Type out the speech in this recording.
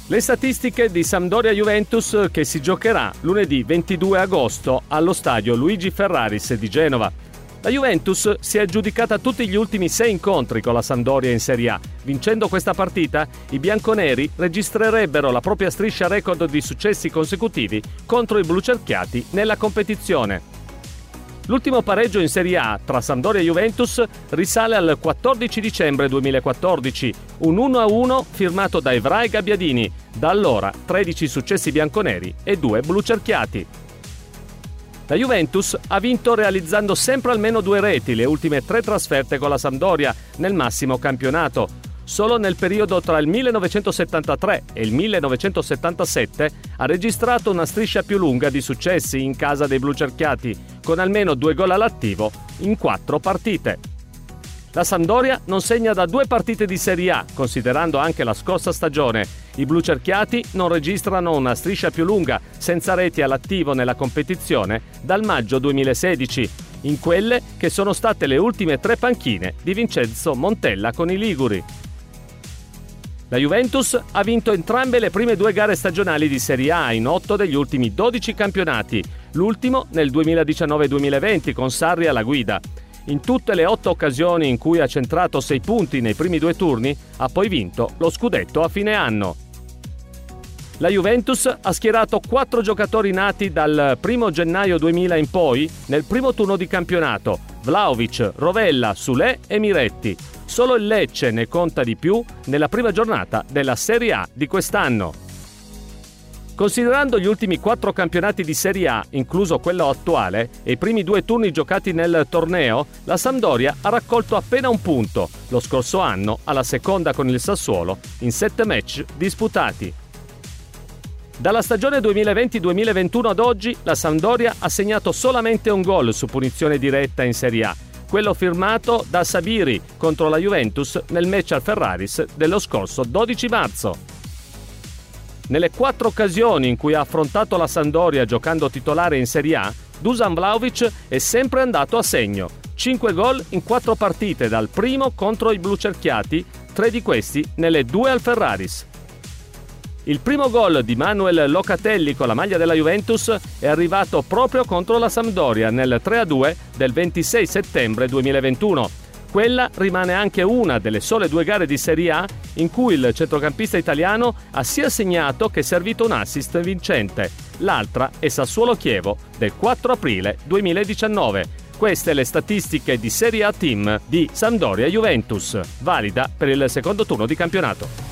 Le statistiche di Sampdoria-Juventus che si giocherà lunedì 22 agosto allo stadio Luigi Ferraris di Genova. La Juventus si è aggiudicata tutti gli ultimi 6 incontri con la Sampdoria in Serie A. Vincendo questa partita, i bianconeri registrerebbero la propria striscia record di successi consecutivi contro i blucerchiati nella competizione. L'ultimo pareggio in Serie A tra Sampdoria e Juventus risale al 14 dicembre 2014, un 1-1 firmato da Evra e Gabbiadini. Da allora 13 successi bianconeri e 2 blucerchiati. La Juventus ha vinto realizzando sempre almeno 2 reti le ultime 3 trasferte con la Sampdoria nel massimo campionato. Solo nel periodo tra il 1973 e il 1977 ha registrato una striscia più lunga di successi in casa dei blucerchiati, con almeno 2 gol all'attivo in 4 partite. La Sampdoria non segna da 2 partite di Serie A, considerando anche la scorsa stagione. I blucerchiati non registrano una striscia più lunga, senza reti all'attivo nella competizione, dal maggio 2016, in quelle che sono state le ultime 3 panchine di Vincenzo Montella con i liguri. La Juventus ha vinto entrambe le prime 2 gare stagionali di Serie A in 8 degli ultimi 12 campionati, l'ultimo nel 2019-2020 con Sarri alla guida. In tutte le 8 occasioni in cui ha centrato 6 punti nei primi 2 turni, ha poi vinto lo scudetto a fine anno. La Juventus ha schierato 4 giocatori nati dal 1 gennaio 2000 in poi nel primo turno di campionato: Vlahovic, Rovella, Soulé e Miretti. Solo il Lecce ne conta di più nella prima giornata della Serie A di quest'anno. Considerando gli ultimi 4 campionati di Serie A, incluso quello attuale, e i primi 2 turni giocati nel torneo, la Sampdoria ha raccolto appena 1 punto, lo scorso anno alla seconda con il Sassuolo, in 7 match disputati. Dalla stagione 2020-2021 ad oggi, la Sampdoria ha segnato solamente 1 gol su punizione diretta in Serie A, quello firmato da Sabiri contro la Juventus nel match al Ferraris dello scorso 12 marzo. Nelle 4 occasioni in cui ha affrontato la Sampdoria giocando titolare in Serie A, Dusan Vlahovic è sempre andato a segno. 5 gol in 4 partite, dal primo contro i blucerchiati, 3 di questi nelle 2 al Ferraris. Il primo gol di Manuel Locatelli con la maglia della Juventus è arrivato proprio contro la Sampdoria nel 3-2 del 26 settembre 2021. Quella rimane anche una delle sole 2 gare di Serie A in cui il centrocampista italiano ha sia segnato che servito un assist vincente. L'altra è Sassuolo-Chievo del 4 aprile 2019. Queste le statistiche di Serie A Team di Sampdoria-Juventus, valida per il secondo turno di campionato.